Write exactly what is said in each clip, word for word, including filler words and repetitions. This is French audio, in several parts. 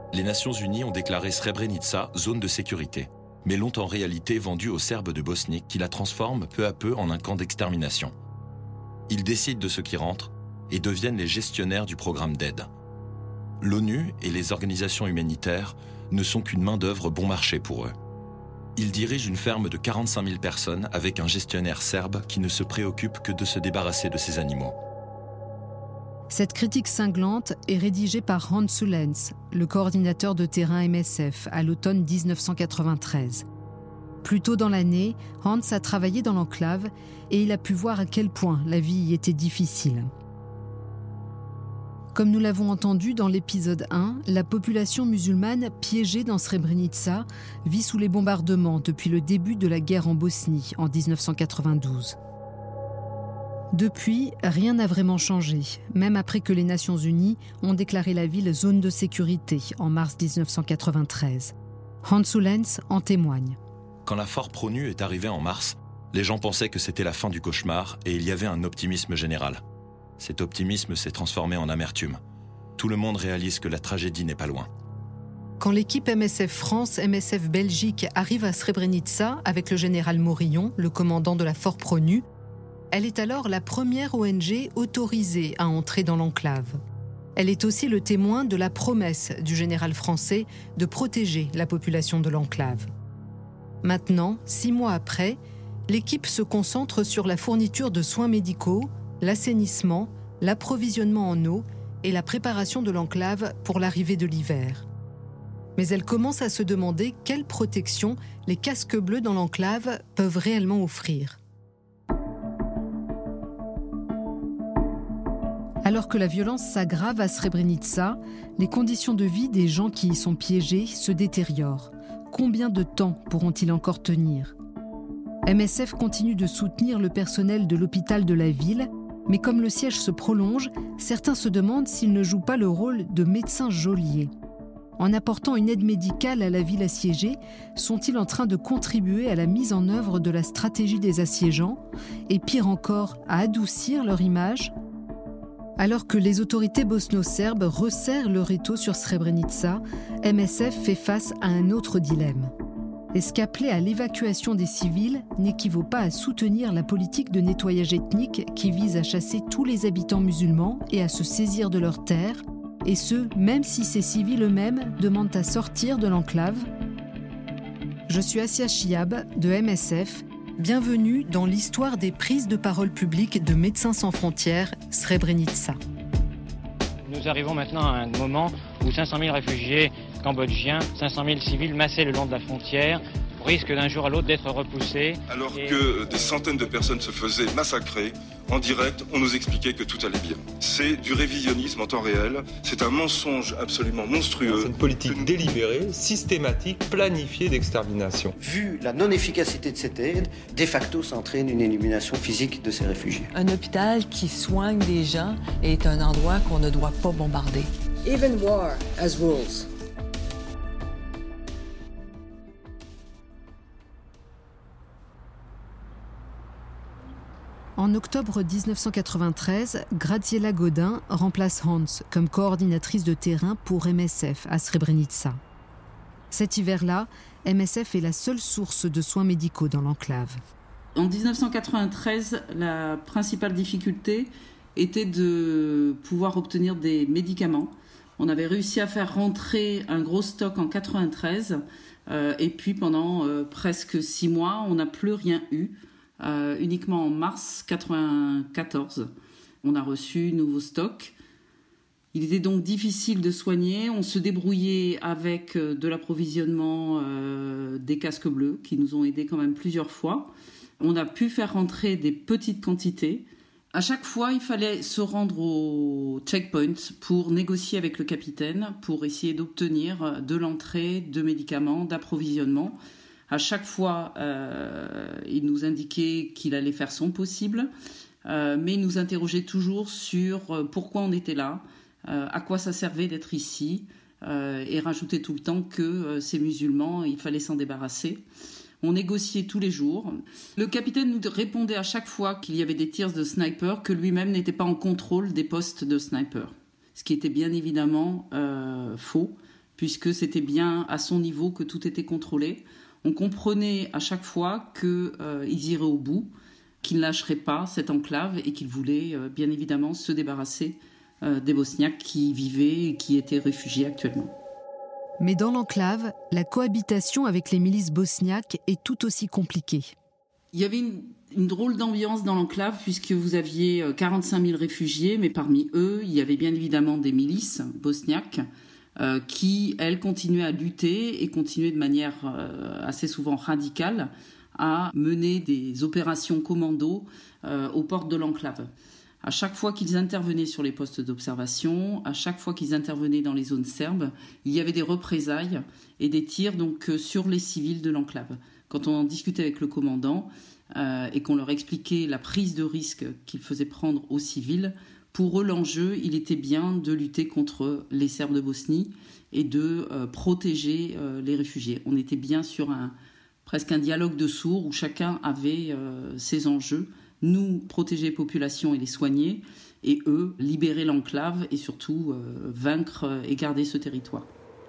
Les Nations Unies ont déclaré Srebrenica zone de sécurité, mais l'ont en réalité vendue aux Serbes de Bosnie qui la transforment peu à peu en un camp d'extermination. Ils décident de ceux qui rentrent et deviennent les gestionnaires du programme d'aide. L'ONU et les organisations humanitaires ne sont qu'une main-d'œuvre bon marché pour eux. Ils dirigent une ferme de quarante-cinq mille personnes avec un gestionnaire serbe qui ne se préoccupe que de se débarrasser de ces animaux. Cette critique cinglante est rédigée par Hans Sullens, le coordinateur de terrain M S F, à l'automne dix-neuf cent quatre-vingt-treize. Plus tôt dans l'année, Hans a travaillé dans l'enclave et il a pu voir à quel point la vie y était difficile. Comme nous l'avons entendu dans l'épisode un, la population musulmane piégée dans Srebrenica vit sous les bombardements depuis le début de la guerre en Bosnie en dix-neuf cent quatre-vingt-douze. Depuis, rien n'a vraiment changé, même après que les Nations Unies ont déclaré la ville zone de sécurité en mars dix-neuf cent quatre-vingt-treize. Hans Sullens en témoigne. Quand la force PRONU est arrivée en mars, les gens pensaient que c'était la fin du cauchemar et il y avait un optimisme général. Cet optimisme s'est transformé en amertume. Tout le monde réalise que la tragédie n'est pas loin. Quand l'équipe M S F France, M S F Belgique arrive à Srebrenica avec le général Morillon, le commandant de la force PRONU, elle est alors la première O N G autorisée à entrer dans l'enclave. Elle est aussi le témoin de la promesse du général français de protéger la population de l'enclave. Maintenant, six mois après, l'équipe se concentre sur la fourniture de soins médicaux, l'assainissement, l'approvisionnement en eau et la préparation de l'enclave pour l'arrivée de l'hiver. Mais elle commence à se demander quelle protection les casques bleus dans l'enclave peuvent réellement offrir. Alors que la violence s'aggrave à Srebrenica, les conditions de vie des gens qui y sont piégés se détériorent. Combien de temps pourront-ils encore tenir ? M S F continue de soutenir le personnel de l'hôpital de la ville, mais comme le siège se prolonge, certains se demandent s'ils ne jouent pas le rôle de médecins geôliers. En apportant une aide médicale à la ville assiégée, sont-ils en train de contribuer à la mise en œuvre de la stratégie des assiégeants et pire encore, à adoucir leur image ? Alors que les autorités bosno-serbes resserrent leur étau sur Srebrenica, M S F fait face à un autre dilemme. Est-ce qu'appeler à l'évacuation des civils n'équivaut pas à soutenir la politique de nettoyage ethnique qui vise à chasser tous les habitants musulmans et à se saisir de leurs terres, et ce, même si ces civils eux-mêmes demandent à sortir de l'enclave ? Je suis Assia Chiab de M S F. Bienvenue dans l'histoire des prises de parole publiques de Médecins sans frontières, Srebrenica. Nous arrivons maintenant à un moment où cinq cent mille réfugiés cambodgiens, cinq cent mille civils massés le long de la frontière, risquent d'un jour à l'autre d'être repoussés. Alors et... que des centaines de personnes se faisaient massacrer, en direct, on nous expliquait que tout allait bien. C'est du révisionnisme en temps réel, c'est un mensonge absolument monstrueux. C'est une politique nous... délibérée, systématique, planifiée d'extermination. Vu la non-efficacité de cette aide, de facto, ça entraîne une élimination physique de ces réfugiés. Un hôpital qui soigne des gens est un endroit qu'on ne doit pas bombarder. Even war has rules. En octobre dix-neuf cent quatre-vingt-treize, Graziella Godin remplace Hans comme coordinatrice de terrain pour M S F à Srebrenica. Cet hiver-là, M S F est la seule source de soins médicaux dans l'enclave. En dix-neuf cent quatre-vingt-treize, la principale difficulté était de pouvoir obtenir des médicaments. On avait réussi à faire rentrer un gros stock en quatre-vingt-treize euh, et puis pendant euh, presque six mois, on n'a plus rien eu. Euh, uniquement en mars quatre-vingt-quatorze, on a reçu nouveau stock. Il était donc difficile de soigner. On se débrouillait avec de l'approvisionnement euh, des casques bleus qui nous ont aidés quand même plusieurs fois. On a pu faire rentrer des petites quantités. À chaque fois, il fallait se rendre au checkpoint pour négocier avec le capitaine pour essayer d'obtenir de l'entrée de médicaments, d'approvisionnement. À chaque fois, euh, il nous indiquait qu'il allait faire son possible, euh, mais il nous interrogeait toujours sur euh, pourquoi on était là, euh, à quoi ça servait d'être ici, euh, et rajoutait tout le temps que euh, ces musulmans, il fallait s'en débarrasser. On négociait tous les jours. Le capitaine nous répondait à chaque fois qu'il y avait des tirs de snipers, que lui-même n'était pas en contrôle des postes de snipers. Ce qui était bien évidemment euh, faux, puisque c'était bien à son niveau que tout était contrôlé. On comprenait à chaque fois qu'ils euh, iraient au bout, qu'ils ne lâcheraient pas cette enclave et qu'ils voulaient euh, bien évidemment se débarrasser euh, des Bosniaques qui y vivaient et qui étaient réfugiés actuellement. Mais dans l'enclave, la cohabitation avec les milices bosniaques est tout aussi compliquée. Il y avait une, une drôle d'ambiance dans l'enclave puisque vous aviez quarante-cinq mille réfugiés, mais parmi eux, il y avait bien évidemment des milices bosniaques euh, qui, elles, continuaient à lutter et continuaient de manière euh, assez souvent radicale à mener des opérations commando euh, aux portes de l'enclave. À chaque fois qu'ils intervenaient sur les postes d'observation, à chaque fois qu'ils intervenaient dans les zones serbes, il y avait des représailles et des tirs donc, sur les civils de l'enclave. Quand on en discutait avec le commandant euh, et qu'on leur expliquait la prise de risque qu'il faisait prendre aux civils, pour eux, l'enjeu, il était bien de lutter contre les Serbes de Bosnie et de euh, protéger euh, les réfugiés. On était bien sur un, presque un dialogue de sourds où chacun avait euh, ses enjeux. Nous, protéger les populations et les soigner, et eux, libérer l'enclave et surtout euh, vaincre et garder ce territoire.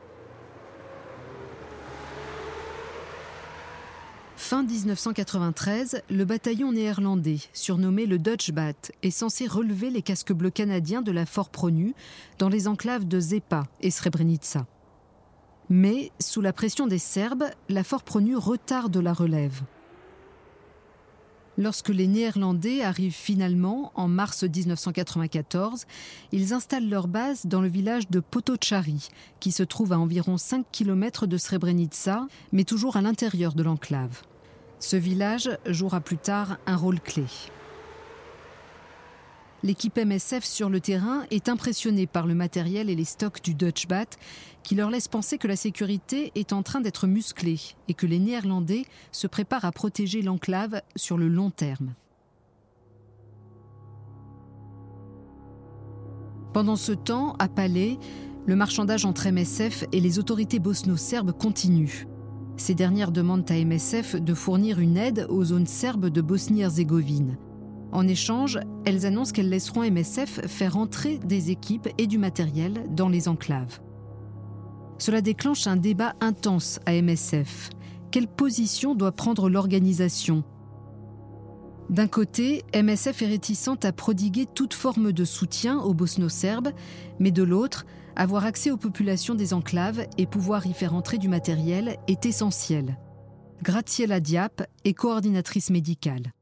Fin dix-neuf cent quatre-vingt-treize, le bataillon néerlandais, surnommé le Dutch Bat, est censé relever les casques bleus canadiens de la Fort Pronu dans les enclaves de Zepa et Srebrenica. Mais, sous la pression des Serbes, la Fort Pronu retarde la relève. Lorsque les Néerlandais arrivent finalement, en mars dix-neuf cent quatre-vingt-quatorze, ils installent leur base dans le village de Potocari, qui se trouve à environ cinq kilomètres de Srebrenica, mais toujours à l'intérieur de l'enclave. Ce village jouera plus tard un rôle clé. L'équipe M S F sur le terrain est impressionnée par le matériel et les stocks du Dutch Bat, qui leur laissent penser que la sécurité est en train d'être musclée et que les Néerlandais se préparent à protéger l'enclave sur le long terme. Pendant ce temps, à Palais, le marchandage entre M S F et les autorités bosno-serbes continue. Ces dernières demandent à M S F de fournir une aide aux zones serbes de Bosnie-Herzégovine. En échange, elles annoncent qu'elles laisseront M S F faire entrer des équipes et du matériel dans les enclaves. Cela déclenche un débat intense à M S F. Quelle position doit prendre l'organisation ? D'un côté, M S F est réticente à prodiguer toute forme de soutien aux bosno-serbes, mais de l'autre, avoir accès aux populations des enclaves et pouvoir y faire entrer du matériel est essentiel. Graziella Diap est coordinatrice médicale.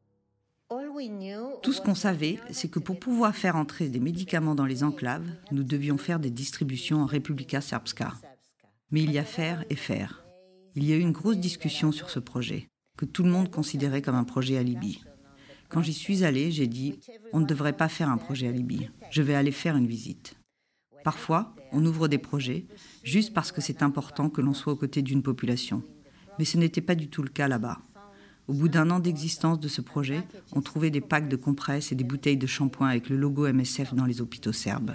Tout ce qu'on savait, c'est que pour pouvoir faire entrer des médicaments dans les enclaves, nous devions faire des distributions en Republika Srpska. Mais il y a faire et faire. Il y a eu une grosse discussion sur ce projet, que tout le monde considérait comme un projet alibi. Quand j'y suis allée, j'ai dit « On ne devrait pas faire un projet alibi, je vais aller faire une visite ». Parfois, on ouvre des projets juste parce que c'est important que l'on soit aux côtés d'une population. Mais ce n'était pas du tout le cas là-bas. Au bout d'un an d'existence de ce projet, on trouvait des packs de compresses et des bouteilles de shampoing avec le logo M S F dans les hôpitaux serbes.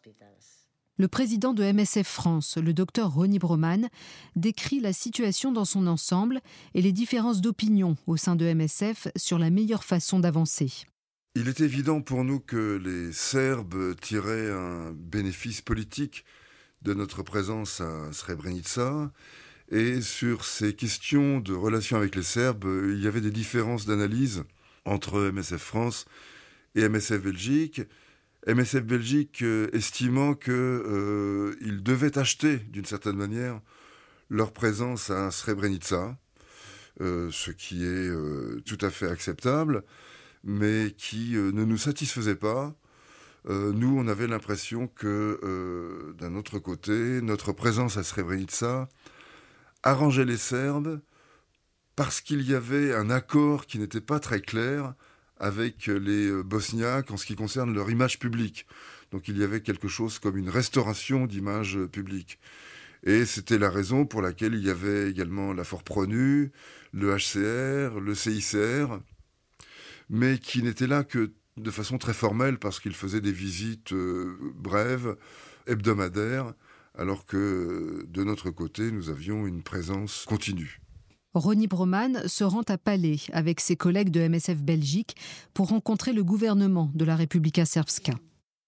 Le président de M S F France, le docteur Ronny Broman, décrit la situation dans son ensemble et les différences d'opinion au sein de M S F sur la meilleure façon d'avancer. Il est évident pour nous que les Serbes tiraient un bénéfice politique de notre présence à Srebrenica. Et sur ces questions de relations avec les Serbes, il y avait des différences d'analyse entre M S F France et M S F Belgique. M S F Belgique euh, estimant qu'ils euh, devaient acheter, d'une certaine manière, leur présence à Srebrenica, euh, ce qui est euh, tout à fait acceptable, mais qui euh, ne nous satisfaisait pas. Euh, nous, on avait l'impression que, euh, d'un autre côté, notre présence à Srebrenica arrangeait les Serbes parce qu'il y avait un accord qui n'était pas très clair avec les Bosniaques en ce qui concerne leur image publique. Donc il y avait quelque chose comme une restauration d'image publique. Et c'était la raison pour laquelle il y avait également la Fort Pronu, le H C R, le C I C R, mais qui n'étaient là que de façon très formelle parce qu'ils faisaient des visites euh, brèves, hebdomadaires, alors que de notre côté, nous avions une présence continue. Ronny Broman se rend à Palais avec ses collègues de M S F Belgique pour rencontrer le gouvernement de la Republika Srpska.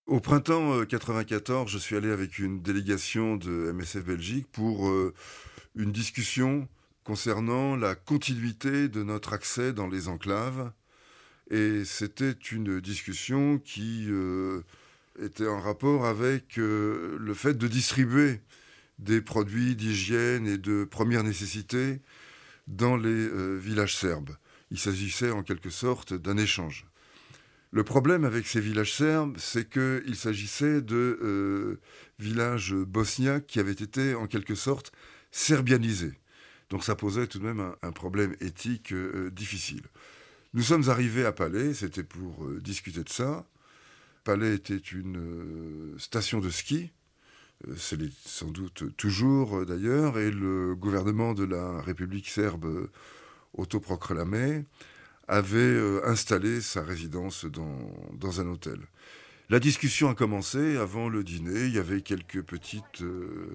Au printemps mille neuf cent quatre-vingt-quatorze, je suis allé avec une délégation de M S F Belgique pour euh, une discussion concernant la continuité de notre accès dans les enclaves. Et c'était une discussion qui euh, était en rapport avec euh, le fait de distribuer des produits d'hygiène et de première nécessité dans les euh, villages serbes. Il s'agissait en quelque sorte d'un échange. Le problème avec ces villages serbes, c'est qu'il s'agissait de euh, villages bosniaques qui avaient été en quelque sorte serbianisés. Donc ça posait tout de même un, un problème éthique euh, difficile. Nous sommes arrivés à Palais, c'était pour euh, discuter de ça. Palais était une euh, station de ski, euh, c'est les, sans doute toujours euh, d'ailleurs, et le gouvernement de la République serbe euh, autoproclamée avait euh, installé sa résidence dans, dans un hôtel. La discussion a commencé avant le dîner, il y avait quelques petites euh,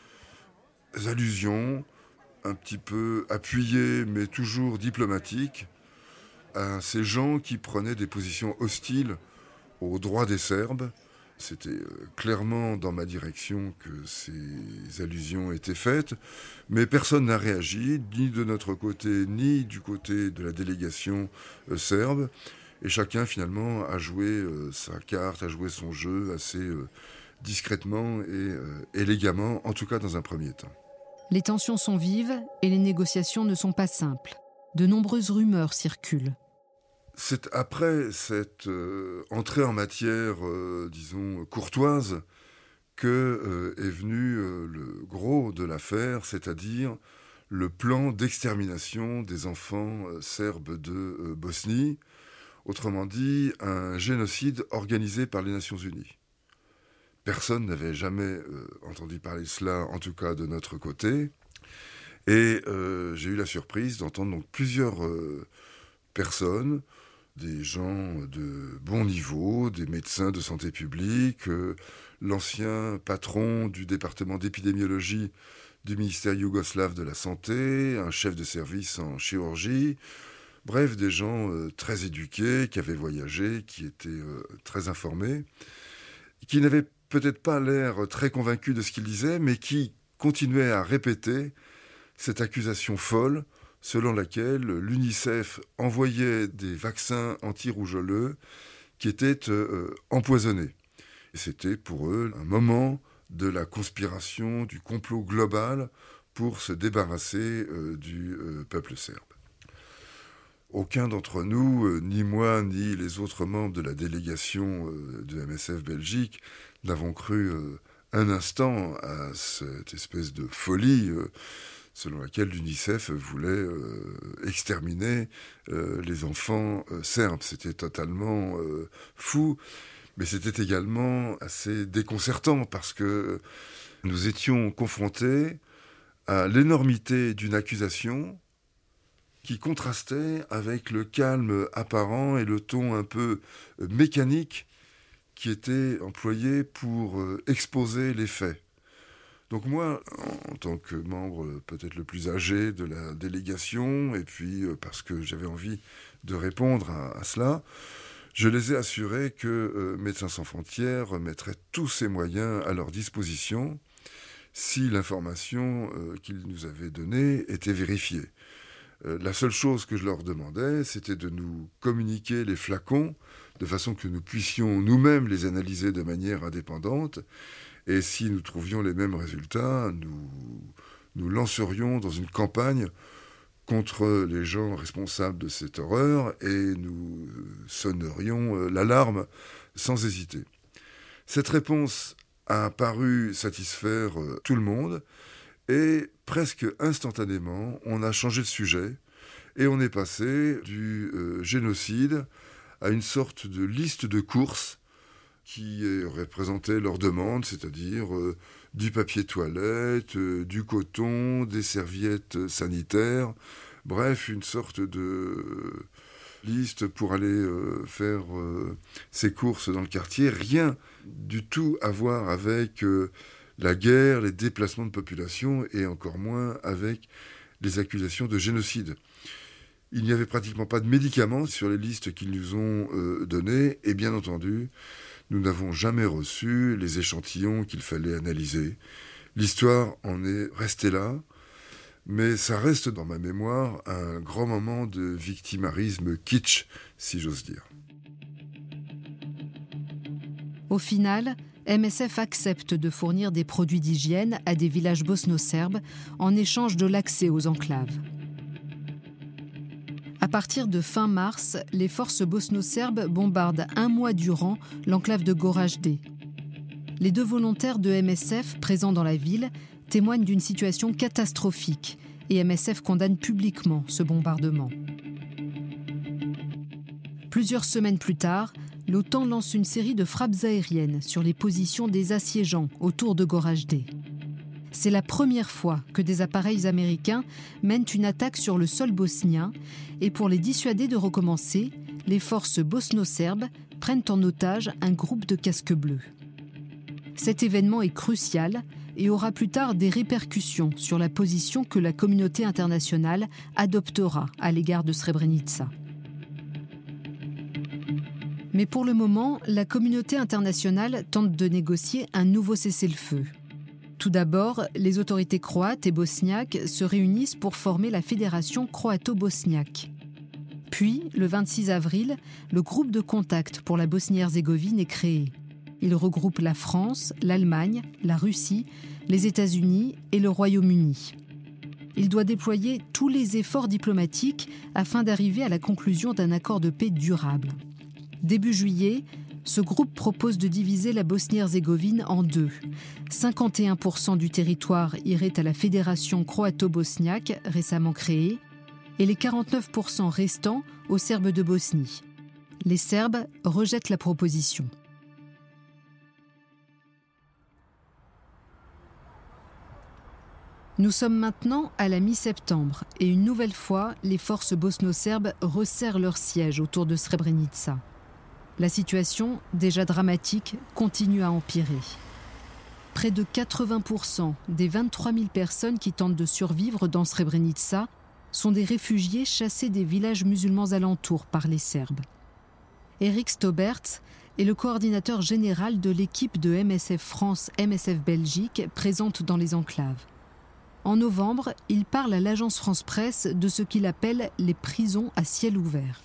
allusions, un petit peu appuyées mais toujours diplomatiques, à ces gens qui prenaient des positions hostiles aux droits des Serbes. C'était euh, clairement dans ma direction que ces allusions étaient faites, mais personne n'a réagi, ni de notre côté, ni du côté de la délégation euh, serbe, et chacun finalement a joué euh, sa carte, a joué son jeu assez euh, discrètement et euh, élégamment, en tout cas dans un premier temps. Les tensions sont vives et les négociations ne sont pas simples. De nombreuses rumeurs circulent. C'est après cette euh, entrée en matière, euh, disons, courtoise, que euh, est venu euh, le gros de l'affaire, c'est-à-dire le plan d'extermination des enfants euh, serbes de euh, Bosnie, autrement dit, un génocide organisé par les Nations Unies. Personne n'avait jamais euh, entendu parler de cela, en tout cas de notre côté, et euh, j'ai eu la surprise d'entendre donc plusieurs euh, personnes, des gens de bon niveau, des médecins de santé publique, euh, l'ancien patron du département d'épidémiologie du ministère yougoslave de la Santé, un chef de service en chirurgie, bref, des gens euh, très éduqués, qui avaient voyagé, qui étaient euh, très informés, qui n'avaient peut-être pas l'air très convaincus de ce qu'ils disaient, mais qui continuaient à répéter cette accusation folle selon laquelle l'UNICEF envoyait des vaccins anti-rougeoleux qui étaient euh, empoisonnés. Et c'était pour eux un moment de la conspiration, du complot global pour se débarrasser euh, du euh, peuple serbe. Aucun d'entre nous, euh, ni moi, ni les autres membres de la délégation euh, de M S F Belgique, n'avons cru euh, un instant à cette espèce de folie euh, selon laquelle l'UNICEF voulait euh, exterminer euh, les enfants euh, serbes. C'était totalement euh, fou, mais c'était également assez déconcertant parce que nous étions confrontés à l'énormité d'une accusation qui contrastait avec le calme apparent et le ton un peu mécanique qui était employé pour euh, exposer les faits. Donc moi, en tant que membre peut-être le plus âgé de la délégation, et puis parce que j'avais envie de répondre à, à cela, je les ai assurés que euh, Médecins sans frontières mettrait tous ses moyens à leur disposition si l'information euh, qu'ils nous avaient donnée était vérifiée. Euh, la seule chose que je leur demandais, c'était de nous communiquer les flacons de façon que nous puissions nous-mêmes les analyser de manière indépendante. Et si nous trouvions les mêmes résultats, nous nous lancerions dans une campagne contre les gens responsables de cette horreur et nous sonnerions l'alarme sans hésiter. Cette réponse a paru satisfaire tout le monde et presque instantanément, on a changé de sujet et on est passé du euh, génocide à une sorte de liste de courses qui représentait leurs demandes, c'est-à-dire euh, du papier toilette, euh, du coton, des serviettes sanitaires, bref, une sorte de euh, liste pour aller euh, faire euh, ses courses dans le quartier. Rien du tout à voir avec euh, la guerre, les déplacements de population et encore moins avec les accusations de génocide. Il n'y avait pratiquement pas de médicaments sur les listes qu'ils nous ont euh, données et bien entendu, Nous n'avons jamais reçu les échantillons qu'il fallait analyser. L'histoire en est restée là, mais ça reste dans ma mémoire un grand moment de victimarisme kitsch, si j'ose dire. Au final, M S F accepte de fournir des produits d'hygiène à des villages bosno-serbes en échange de l'accès aux enclaves. À partir de fin mars, les forces bosno-serbes bombardent un mois durant l'enclave de Goražde. Les deux volontaires de M S F présents dans la ville témoignent d'une situation catastrophique et M S F condamne publiquement ce bombardement. Plusieurs semaines plus tard, l'OTAN lance une série de frappes aériennes sur les positions des assiégeants autour de Goražde. C'est la première fois que des appareils américains mènent une attaque sur le sol bosnien et pour les dissuader de recommencer, les forces bosno-serbes prennent en otage un groupe de casques bleus. Cet événement est crucial et aura plus tard des répercussions sur la position que la communauté internationale adoptera à l'égard de Srebrenica. Mais pour le moment, la communauté internationale tente de négocier un nouveau cessez-le-feu. Tout d'abord, les autorités croates et bosniaques se réunissent pour former la fédération croato-bosniaque. Puis, le vingt-six avril, le groupe de contact pour la Bosnie-Herzégovine est créé. Il regroupe la France, l'Allemagne, la Russie, les États-Unis et le Royaume-Uni. Il doit déployer tous les efforts diplomatiques afin d'arriver à la conclusion d'un accord de paix durable. Début juillet, ce groupe propose de diviser la Bosnie-Herzégovine en deux. cinquante et un pour cent du territoire irait à la Fédération croato-bosniaque, récemment créée, et les quarante-neuf pour cent restants aux Serbes de Bosnie. Les Serbes rejettent la proposition. Nous sommes maintenant à la mi-septembre et une nouvelle fois, les forces bosno-serbes resserrent leur siège autour de Srebrenica. La situation, déjà dramatique, continue à empirer. Près de quatre-vingts pour cent des vingt-trois mille personnes qui tentent de survivre dans Srebrenica sont des réfugiés chassés des villages musulmans alentours par les Serbes. Eric Stauberts est le coordinateur général de l'équipe de M S F France M S F Belgique présente dans les enclaves. En novembre, il parle à l'agence France Presse de ce qu'il appelle les prisons à ciel ouvert.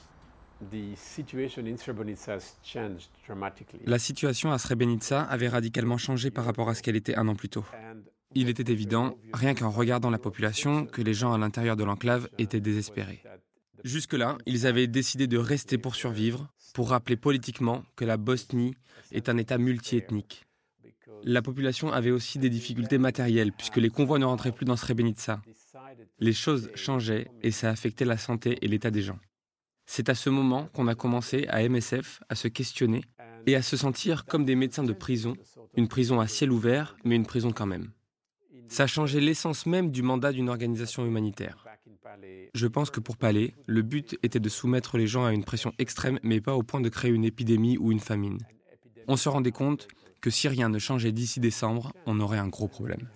La situation à Srebrenica avait radicalement changé par rapport à ce qu'elle était un an plus tôt. Il était évident, rien qu'en regardant la population, que les gens à l'intérieur de l'enclave étaient désespérés. Jusque-là, ils avaient décidé de rester pour survivre, pour rappeler politiquement que la Bosnie est un État multiethnique. La population avait aussi des difficultés matérielles, puisque les convois ne rentraient plus dans Srebrenica. Les choses changeaient et ça affectait la santé et l'état des gens. C'est à ce moment qu'on a commencé à M S F à se questionner et à se sentir comme des médecins de prison, une prison à ciel ouvert, mais une prison quand même. Ça a changé l'essence même du mandat d'une organisation humanitaire. Je pense que pour Palais, le but était de soumettre les gens à une pression extrême, mais pas au point de créer une épidémie ou une famine. On se rendait compte que si rien ne changeait d'ici décembre, on aurait un gros problème.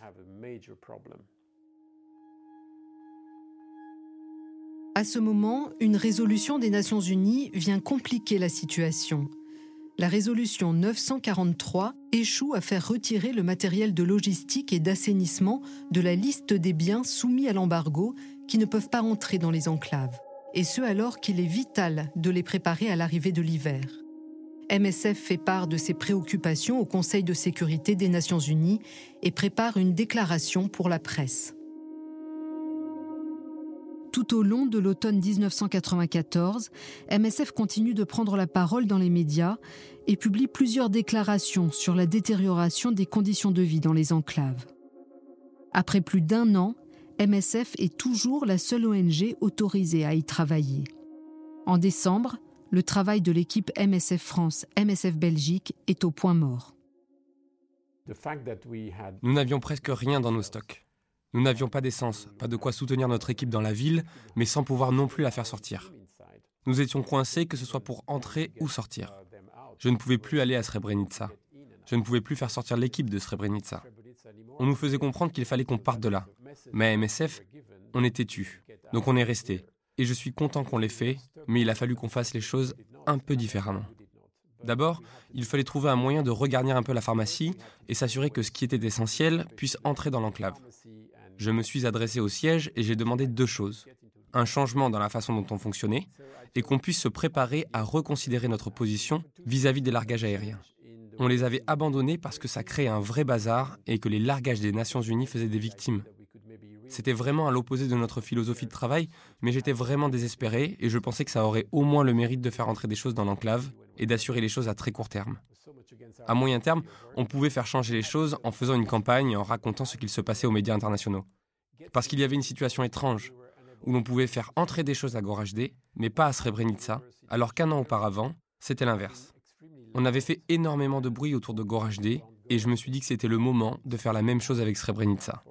À ce moment, une résolution des Nations Unies vient compliquer la situation. La résolution neuf cent quarante-trois échoue à faire retirer le matériel de logistique et d'assainissement de la liste des biens soumis à l'embargo qui ne peuvent pas entrer dans les enclaves. Et ce alors qu'il est vital de les préparer à l'arrivée de l'hiver. M S F fait part de ses préoccupations au Conseil de sécurité des Nations Unies et prépare une déclaration pour la presse. Tout au long de l'automne dix-neuf cent quatre-vingt-quatorze, M S F continue de prendre la parole dans les médias et publie plusieurs déclarations sur la détérioration des conditions de vie dans les enclaves. Après plus d'un an, M S F est toujours la seule O N G autorisée à y travailler. En décembre, le travail de l'équipe M S F France M S F Belgique est au point mort. Nous n'avions presque rien dans nos stocks. Nous n'avions pas d'essence, pas de quoi soutenir notre équipe dans la ville, mais sans pouvoir non plus la faire sortir. Nous étions coincés, que ce soit pour entrer ou sortir. Je ne pouvais plus aller à Srebrenica. Je ne pouvais plus faire sortir l'équipe de Srebrenica. On nous faisait comprendre qu'il fallait qu'on parte de là. Mais à M S F, on est têtus. Donc on est resté. Et je suis content qu'on l'ait fait, mais il a fallu qu'on fasse les choses un peu différemment. D'abord, il fallait trouver un moyen de regarnir un peu la pharmacie et s'assurer que ce qui était essentiel puisse entrer dans l'enclave. Je me suis adressé au siège et j'ai demandé deux choses. Un changement dans la façon dont on fonctionnait et qu'on puisse se préparer à reconsidérer notre position vis-à-vis des largages aériens. On les avait abandonnés parce que ça créait un vrai bazar et que les largages des Nations Unies faisaient des victimes. C'était vraiment à l'opposé de notre philosophie de travail, mais j'étais vraiment désespéré et je pensais que ça aurait au moins le mérite de faire entrer des choses dans l'enclave et d'assurer les choses à très court terme. À moyen terme, on pouvait faire changer les choses en faisant une campagne et en racontant ce qu'il se passait aux médias internationaux. Parce qu'il y avait une situation étrange, où l'on pouvait faire entrer des choses à Goražde, mais pas à Srebrenica, alors qu'un an auparavant, c'était l'inverse. On avait fait énormément de bruit autour de Goražde et je me suis dit que c'était le moment de faire la même chose avec Srebrenica.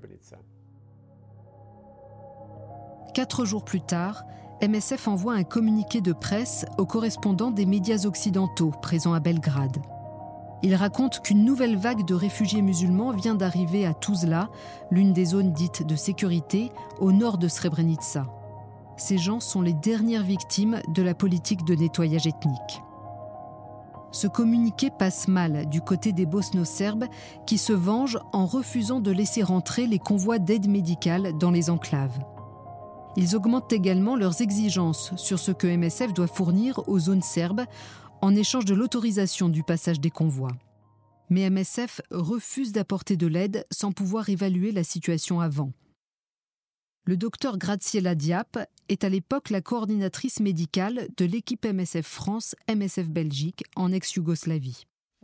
Quatre jours plus tard, M S F envoie un communiqué de presse aux correspondants des médias occidentaux présents à Belgrade. Il raconte qu'une nouvelle vague de réfugiés musulmans vient d'arriver à Tuzla, l'une des zones dites de sécurité, au nord de Srebrenica. Ces gens sont les dernières victimes de la politique de nettoyage ethnique. Ce communiqué passe mal du côté des bosno-serbes qui se vengent en refusant de laisser rentrer les convois d'aide médicale dans les enclaves. Ils augmentent également leurs exigences sur ce que M S F doit fournir aux zones serbes en échange de l'autorisation du passage des convois. Mais M S F refuse d'apporter de l'aide sans pouvoir évaluer la situation avant. Le docteur Graciela Diap est à l'époque la coordinatrice médicale de l'équipe M S F France, M S F Belgique en ex-Yougoslavie.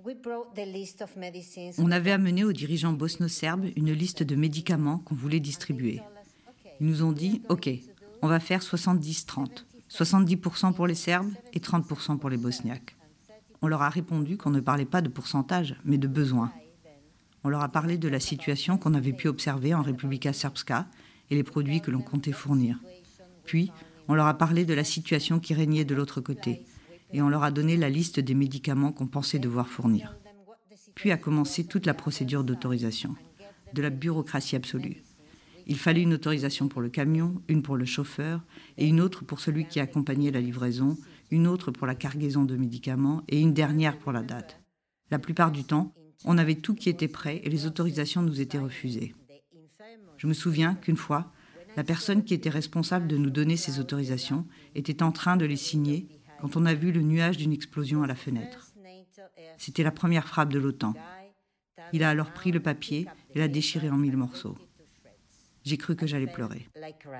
On avait amené aux dirigeants bosno-serbes une liste de médicaments qu'on voulait distribuer. Ils nous ont dit « Ok, on va faire soixante-dix trente, soixante-dix pour cent pour les Serbes et trente pour cent pour les Bosniaques. » On leur a répondu qu'on ne parlait pas de pourcentage, mais de besoins. On leur a parlé de la situation qu'on avait pu observer en Republika Srpska et les produits que l'on comptait fournir. Puis, on leur a parlé de la situation qui régnait de l'autre côté et on leur a donné la liste des médicaments qu'on pensait devoir fournir. Puis a commencé toute la procédure d'autorisation, de la bureaucratie absolue. Il fallait une autorisation pour le camion, une pour le chauffeur et une autre pour celui qui accompagnait la livraison, une autre pour la cargaison de médicaments et une dernière pour la date. La plupart du temps, on avait tout qui était prêt et les autorisations nous étaient refusées. Je me souviens qu'une fois, la personne qui était responsable de nous donner ces autorisations était en train de les signer quand on a vu le nuage d'une explosion à la fenêtre. C'était la première frappe de l'OTAN. Il a alors pris le papier et l'a déchiré en mille morceaux. J'ai cru que j'allais pleurer.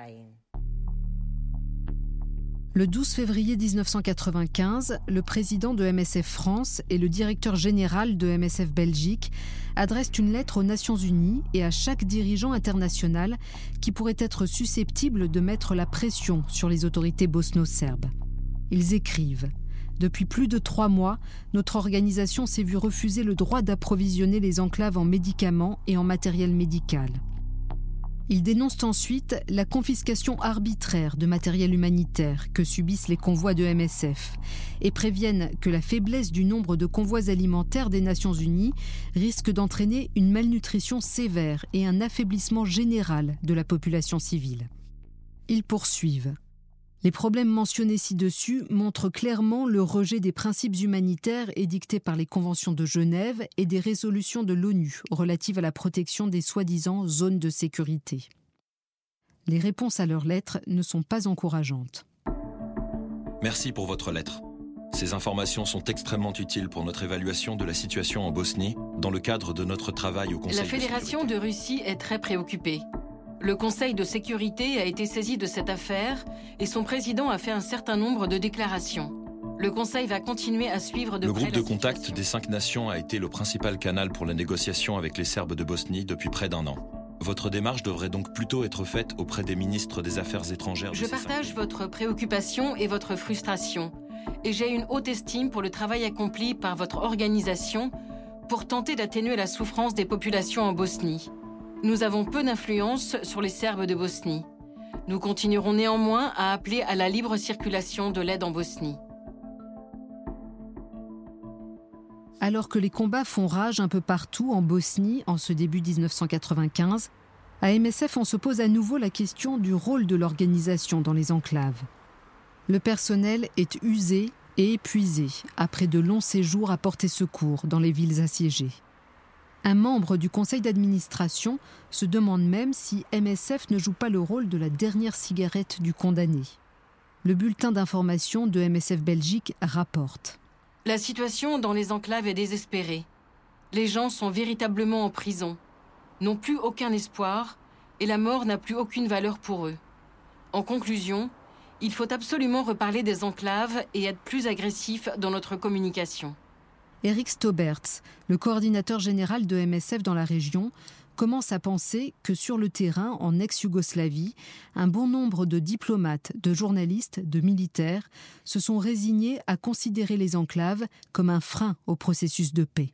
Le douze février dix-neuf cent quatre-vingt-quinze, le président de M S F France et le directeur général de M S F Belgique adressent une lettre aux Nations Unies et à chaque dirigeant international qui pourrait être susceptible de mettre la pression sur les autorités bosno-serbes. Ils écrivent « Depuis plus de trois mois, notre organisation s'est vue refuser le droit d'approvisionner les enclaves en médicaments et en matériel médical. » Ils dénoncent ensuite la confiscation arbitraire de matériel humanitaire que subissent les convois de M S F et préviennent que la faiblesse du nombre de convois alimentaires des Nations Unies risque d'entraîner une malnutrition sévère et un affaiblissement général de la population civile. Ils poursuivent. Les problèmes mentionnés ci-dessus montrent clairement le rejet des principes humanitaires édictés par les conventions de Genève et des résolutions de l'ONU relatives à la protection des soi-disant zones de sécurité. Les réponses à leurs lettres ne sont pas encourageantes. Merci pour votre lettre. Ces informations sont extrêmement utiles pour notre évaluation de la situation en Bosnie dans le cadre de notre travail au Conseil de sécurité. La Fédération de Russie est très préoccupée. Le Conseil de sécurité a été saisi de cette affaire et son président a fait un certain nombre de déclarations. Le Conseil va continuer à suivre de près la situation. Le groupe de contact des cinq nations a été le principal canal pour la négociation avec les Serbes de Bosnie depuis près d'un an. Votre démarche devrait donc plutôt être faite auprès des ministres des Affaires étrangères. Je partage votre préoccupation et votre frustration et j'ai une haute estime pour le travail accompli par votre organisation pour tenter d'atténuer la souffrance des populations en Bosnie. Nous avons peu d'influence sur les Serbes de Bosnie. Nous continuerons néanmoins à appeler à la libre circulation de l'aide en Bosnie. Alors que les combats font rage un peu partout en Bosnie en ce début dix-neuf cent quatre-vingt-quinze, à M S F on se pose à nouveau la question du rôle de l'organisation dans les enclaves. Le personnel est usé, et épuisés après de longs séjours à porter secours dans les villes assiégées. Un membre du conseil d'administration se demande même si M S F ne joue pas le rôle de la dernière cigarette du condamné. Le bulletin d'information de M S F Belgique rapporte. La situation dans les enclaves est désespérée. Les gens sont véritablement en prison, n'ont plus aucun espoir et la mort n'a plus aucune valeur pour eux. En conclusion, il faut absolument reparler des enclaves et être plus agressif dans notre communication. Eric Stauberts, le coordinateur général de M S F dans la région, commence à penser que sur le terrain, en ex-Yougoslavie, un bon nombre de diplomates, de journalistes, de militaires se sont résignés à considérer les enclaves comme un frein au processus de paix.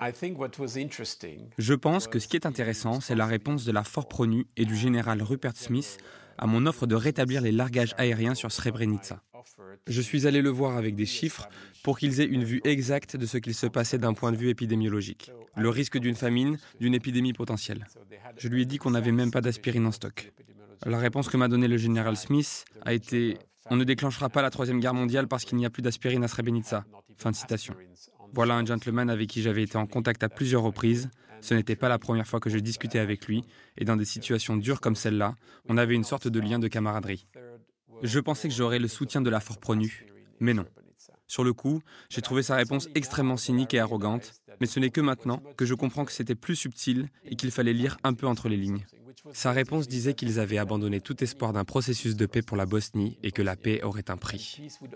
Je pense que ce qui est intéressant, c'est la réponse de la Fortpronu et du général Rupert Smith à mon offre de rétablir les largages aériens sur Srebrenica. Je suis allé le voir avec des chiffres pour qu'ils aient une vue exacte de ce qu'il se passait d'un point de vue épidémiologique. Le risque d'une famine, d'une épidémie potentielle. Je lui ai dit qu'on n'avait même pas d'aspirine en stock. La réponse que m'a donnée le général Smith a été « On ne déclenchera pas la troisième guerre mondiale parce qu'il n'y a plus d'aspirine à Srebrenica ». Fin de citation. Voilà un gentleman avec qui j'avais été en contact à plusieurs reprises. Ce n'était pas la première fois que je discutais avec lui, et dans des situations dures comme celle-là, on avait une sorte de lien de camaraderie. Je pensais que j'aurais le soutien de la Fortpronu, mais non. Sur le coup, j'ai trouvé sa réponse extrêmement cynique et arrogante, mais ce n'est que maintenant que je comprends que c'était plus subtil et qu'il fallait lire un peu entre les lignes. Sa réponse disait qu'ils avaient abandonné tout espoir d'un processus de paix pour la Bosnie et que la paix aurait un prix.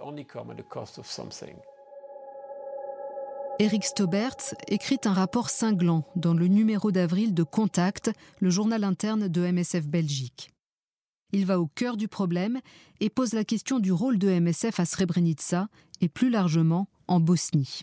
Eric Stauberts écrit un rapport cinglant dans le numéro d'avril de Contact, le journal interne de M S F Belgique. Il va au cœur du problème et pose la question du rôle de M S F à Srebrenica et plus largement en Bosnie.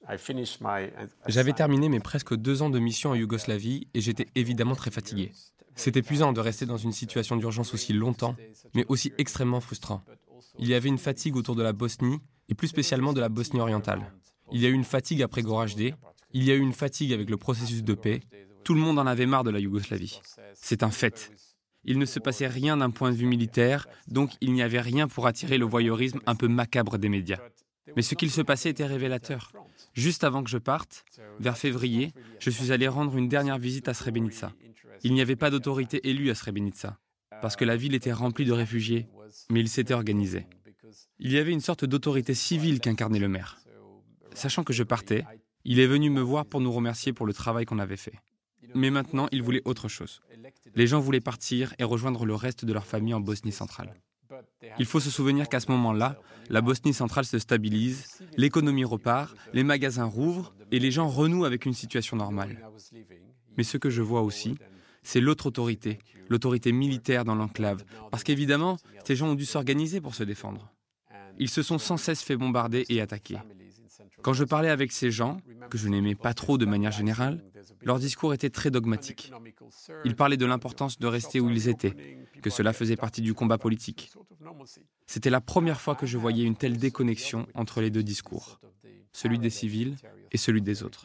J'avais terminé mes presque deux ans de mission en Yougoslavie et j'étais évidemment très fatigué. C'est épuisant de rester dans une situation d'urgence aussi longtemps, mais aussi extrêmement frustrant. Il y avait une fatigue autour de la Bosnie et plus spécialement de la Bosnie orientale. Il y a eu une fatigue après Goražde, il y a eu une fatigue avec le processus de paix. Tout le monde en avait marre de la Yougoslavie. C'est un fait. Il ne se passait rien d'un point de vue militaire, donc il n'y avait rien pour attirer le voyeurisme un peu macabre des médias. Mais ce qu'il se passait était révélateur. Juste avant que je parte, vers février, je suis allé rendre une dernière visite à Srebrenica. Il n'y avait pas d'autorité élue à Srebrenica, parce que la ville était remplie de réfugiés, mais il s'était organisé. Il y avait une sorte d'autorité civile qu'incarnait le maire. Sachant que je partais, il est venu me voir pour nous remercier pour le travail qu'on avait fait. Mais maintenant, il voulait autre chose. Les gens voulaient partir et rejoindre le reste de leur famille en Bosnie centrale. Il faut se souvenir qu'à ce moment-là, la Bosnie centrale se stabilise, l'économie repart, les magasins rouvrent et les gens renouent avec une situation normale. Mais ce que je vois aussi, c'est l'autre autorité, l'autorité militaire dans l'enclave, parce qu'évidemment, ces gens ont dû s'organiser pour se défendre. Ils se sont sans cesse fait bombarder et attaquer. Quand je parlais avec ces gens, que je n'aimais pas trop de manière générale, leur discours était très dogmatique. Ils parlaient de l'importance de rester où ils étaient, que cela faisait partie du combat politique. C'était la première fois que je voyais une telle déconnexion entre les deux discours, celui des civils et celui des autres.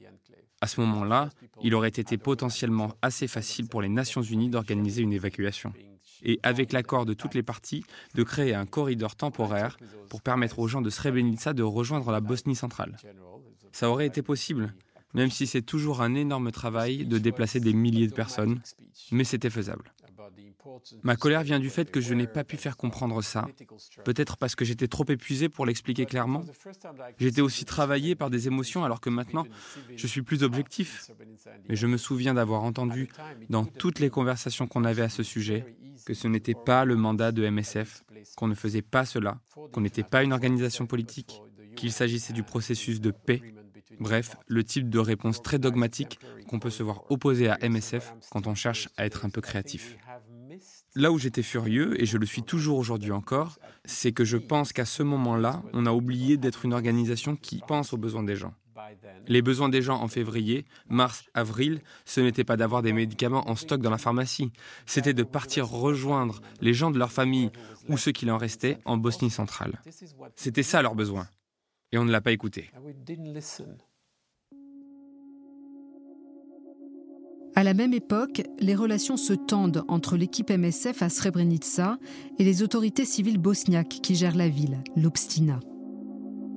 À ce moment-là, il aurait été potentiellement assez facile pour les Nations Unies d'organiser une évacuation. Et avec l'accord de toutes les parties, de créer un corridor temporaire pour permettre aux gens de Srebrenica de rejoindre la Bosnie centrale. Ça aurait été possible, même si c'est toujours un énorme travail de déplacer des milliers de personnes, mais c'était faisable. Ma colère vient du fait que je n'ai pas pu faire comprendre ça, peut-être parce que j'étais trop épuisé pour l'expliquer clairement. J'étais aussi travaillé par des émotions alors que maintenant, je suis plus objectif. Mais je me souviens d'avoir entendu dans toutes les conversations qu'on avait à ce sujet que ce n'était pas le mandat de M S F, qu'on ne faisait pas cela, qu'on n'était pas une organisation politique, qu'il s'agissait du processus de paix. Bref, le type de réponse très dogmatique qu'on peut se voir opposer à M S F quand on cherche à être un peu créatif. Là où j'étais furieux, et je le suis toujours aujourd'hui encore, c'est que je pense qu'à ce moment-là, on a oublié d'être une organisation qui pense aux besoins des gens. Les besoins des gens en février, mars, avril, ce n'était pas d'avoir des médicaments en stock dans la pharmacie, c'était de partir rejoindre les gens de leur famille ou ceux qui en restaient en Bosnie centrale. C'était ça leur besoin. Et on ne l'a pas écouté. À la même époque, les relations se tendent entre l'équipe M S F à Srebrenica et les autorités civiles bosniaques qui gèrent la ville, l'Opština.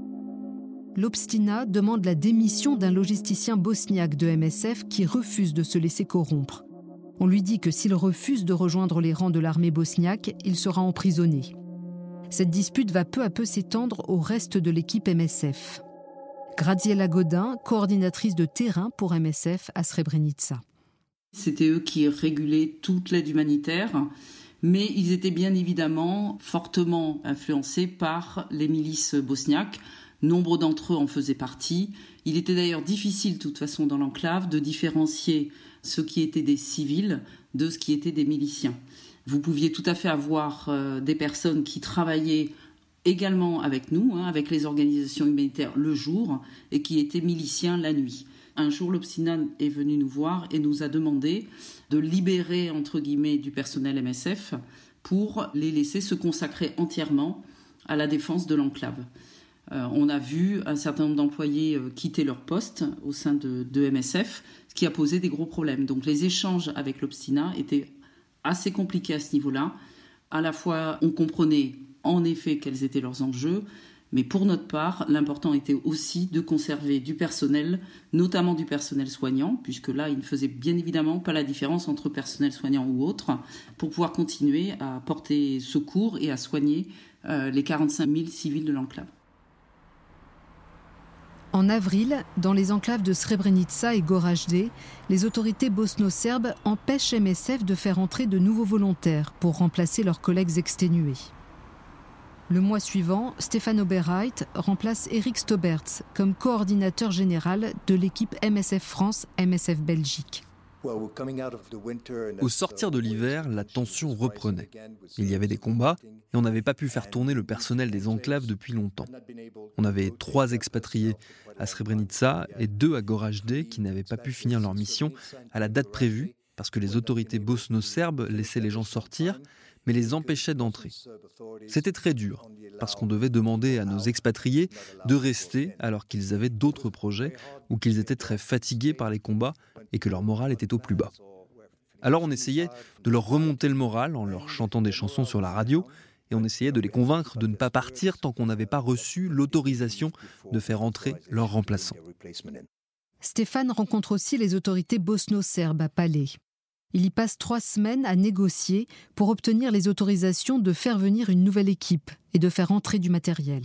l'Obstinat demande la démission d'un logisticien bosniaque de M S F qui refuse de se laisser corrompre. On lui dit que s'il refuse de rejoindre les rangs de l'armée bosniaque, il sera emprisonné. Cette dispute va peu à peu s'étendre au reste de l'équipe M S F. Graziella Godin, coordinatrice de terrain pour M S F à Srebrenica. C'était eux qui régulaient toute l'aide humanitaire, mais ils étaient bien évidemment fortement influencés par les milices bosniaques. Nombre d'entre eux en faisaient partie. Il était d'ailleurs difficile, de toute façon, dans l'enclave, de différencier ce qui étaient des civils de ce qui étaient des miliciens. Vous pouviez tout à fait avoir euh, des personnes qui travaillaient également avec nous, hein, avec les organisations humanitaires le jour, et qui étaient miliciens la nuit. Un jour, l'Obstinat est venu nous voir et nous a demandé de libérer, entre guillemets, du personnel M S F pour les laisser se consacrer entièrement à la défense de l'enclave. Euh, on a vu un certain nombre d'employés euh, quitter leur poste au sein de, de M S F, ce qui a posé des gros problèmes. Donc les échanges avec l'Obstinat étaient assez compliqués à ce niveau-là. À la fois, on comprenait en effet quels étaient leurs enjeux, mais pour notre part, l'important était aussi de conserver du personnel, notamment du personnel soignant, puisque là, il ne faisait bien évidemment pas la différence entre personnel soignant ou autre, pour pouvoir continuer à porter secours et à soigner euh, les quarante-cinq mille civils de l'enclave. En avril, dans les enclaves de Srebrenica et Goražde, les autorités bosno-serbes empêchent M S F de faire entrer de nouveaux volontaires pour remplacer leurs collègues exténués. Le mois suivant, Stefan Oberreit remplace Eric Stoberts comme coordinateur général de l'équipe M S F France M S F Belgique. Au sortir de l'hiver, la tension reprenait. Il y avait des combats et on n'avait pas pu faire tourner le personnel des enclaves depuis longtemps. On avait trois expatriés à Srebrenica et deux à Goražde qui n'avaient pas pu finir leur mission à la date prévue parce que les autorités bosno-serbes laissaient les gens sortir mais les empêchaient d'entrer. C'était très dur parce qu'on devait demander à nos expatriés de rester alors qu'ils avaient d'autres projets ou qu'ils étaient très fatigués par les combats et que leur morale était au plus bas. Alors on essayait de leur remonter le moral en leur chantant des chansons sur la radio et on essayait de les convaincre de ne pas partir tant qu'on n'avait pas reçu l'autorisation de faire entrer leurs remplaçants. Stefan rencontre aussi les autorités bosno-serbes à Palais. Il y passe trois semaines à négocier pour obtenir les autorisations de faire venir une nouvelle équipe et de faire entrer du matériel.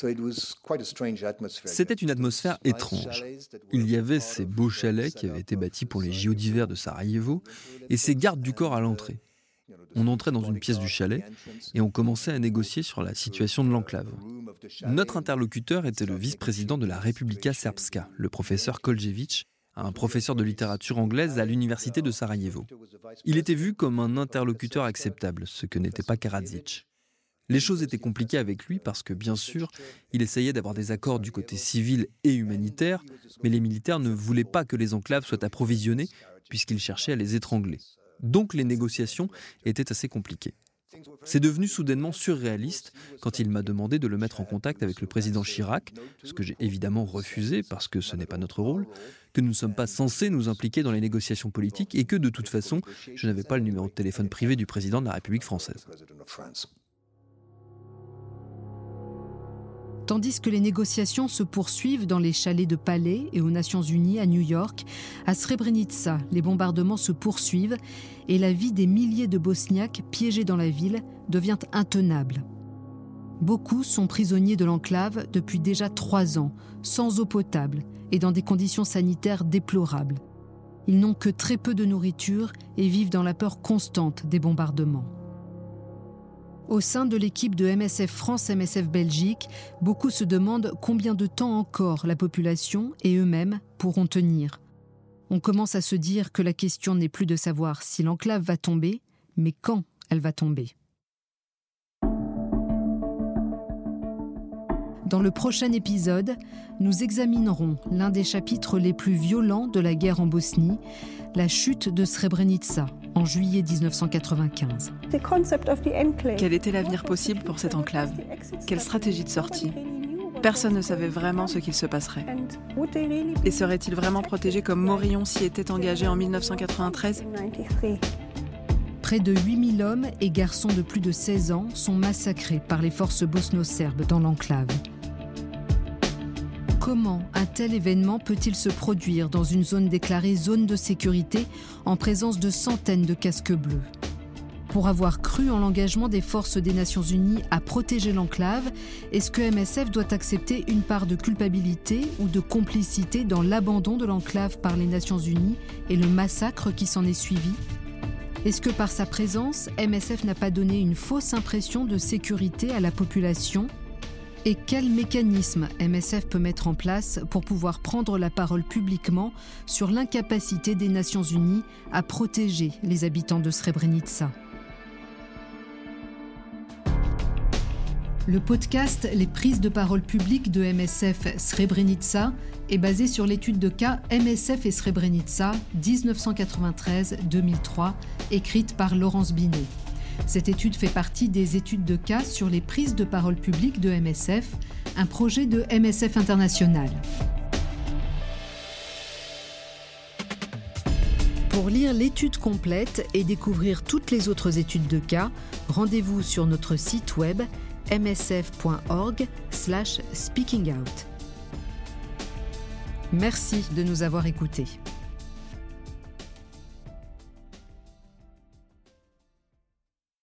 C'était une atmosphère étrange. Il y avait ces beaux chalets qui avaient été bâtis pour les J O d'hiver de Sarajevo et ces gardes du corps à l'entrée. On entrait dans une pièce du chalet et on commençait à négocier sur la situation de l'enclave. Notre interlocuteur était le vice-président de la Republika Srpska, le professeur Koljević, un professeur de littérature anglaise à l'université de Sarajevo. Il était vu comme un interlocuteur acceptable, ce que n'était pas Karadzic. Les choses étaient compliquées avec lui parce que, bien sûr, il essayait d'avoir des accords du côté civil et humanitaire, mais les militaires ne voulaient pas que les enclaves soient approvisionnées puisqu'ils cherchaient à les étrangler. Donc les négociations étaient assez compliquées. C'est devenu soudainement surréaliste quand il m'a demandé de le mettre en contact avec le président Chirac, ce que j'ai évidemment refusé parce que ce n'est pas notre rôle, que nous ne sommes pas censés nous impliquer dans les négociations politiques et que de toute façon, je n'avais pas le numéro de téléphone privé du président de la République française. Tandis que les négociations se poursuivent dans les chalets de Palais et aux Nations Unies à New York, à Srebrenica, les bombardements se poursuivent et la vie des milliers de Bosniaques piégés dans la ville devient intenable. Beaucoup sont prisonniers de l'enclave depuis déjà trois ans, sans eau potable et dans des conditions sanitaires déplorables. Ils n'ont que très peu de nourriture et vivent dans la peur constante des bombardements. Au sein de l'équipe de M S F France M S F Belgique, beaucoup se demandent combien de temps encore la population et eux-mêmes pourront tenir. On commence à se dire que la question n'est plus de savoir si l'enclave va tomber, mais quand elle va tomber. Dans le prochain épisode, nous examinerons l'un des chapitres les plus violents de la guerre en Bosnie, la chute de Srebrenica en juillet dix-neuf cent quatre-vingt-quinze. Quel était l'avenir possible pour cette enclave ? Quelle stratégie de sortie ? Personne ne savait vraiment ce qu'il se passerait. Et serait-il vraiment protégé comme Morillon s'y était engagé en dix-neuf cent quatre-vingt-treize ? Près de huit mille hommes et garçons de plus de seize ans sont massacrés par les forces bosno-serbes dans l'enclave. comment un tel événement peut-il se produire dans une zone déclarée zone de sécurité en présence de centaines de casques bleus ? Pour avoir cru en l'engagement des forces des Nations Unies à protéger l'enclave, est-ce que M S F doit accepter une part de culpabilité ou de complicité dans l'abandon de l'enclave par les Nations Unies et le massacre qui s'en est suivi ? Est-ce que par sa présence, M S F n'a pas donné une fausse impression de sécurité à la population ? Et quel mécanisme M S F peut mettre en place pour pouvoir prendre la parole publiquement sur l'incapacité des Nations Unies à protéger les habitants de Srebrenica ? Le podcast Les prises de parole publiques de M S F Srebrenica est basé sur l'étude de cas M S F et Srebrenica dix-neuf cent quatre-vingt-treize deux mille trois, écrite par Laurence Binet. Cette étude fait partie des études de cas sur les prises de parole publiques de M S F, un projet de M S F International. Pour lire l'étude complète et découvrir toutes les autres études de cas, rendez-vous sur notre site web m s f point org slash speaking out. Merci de nous avoir écoutés.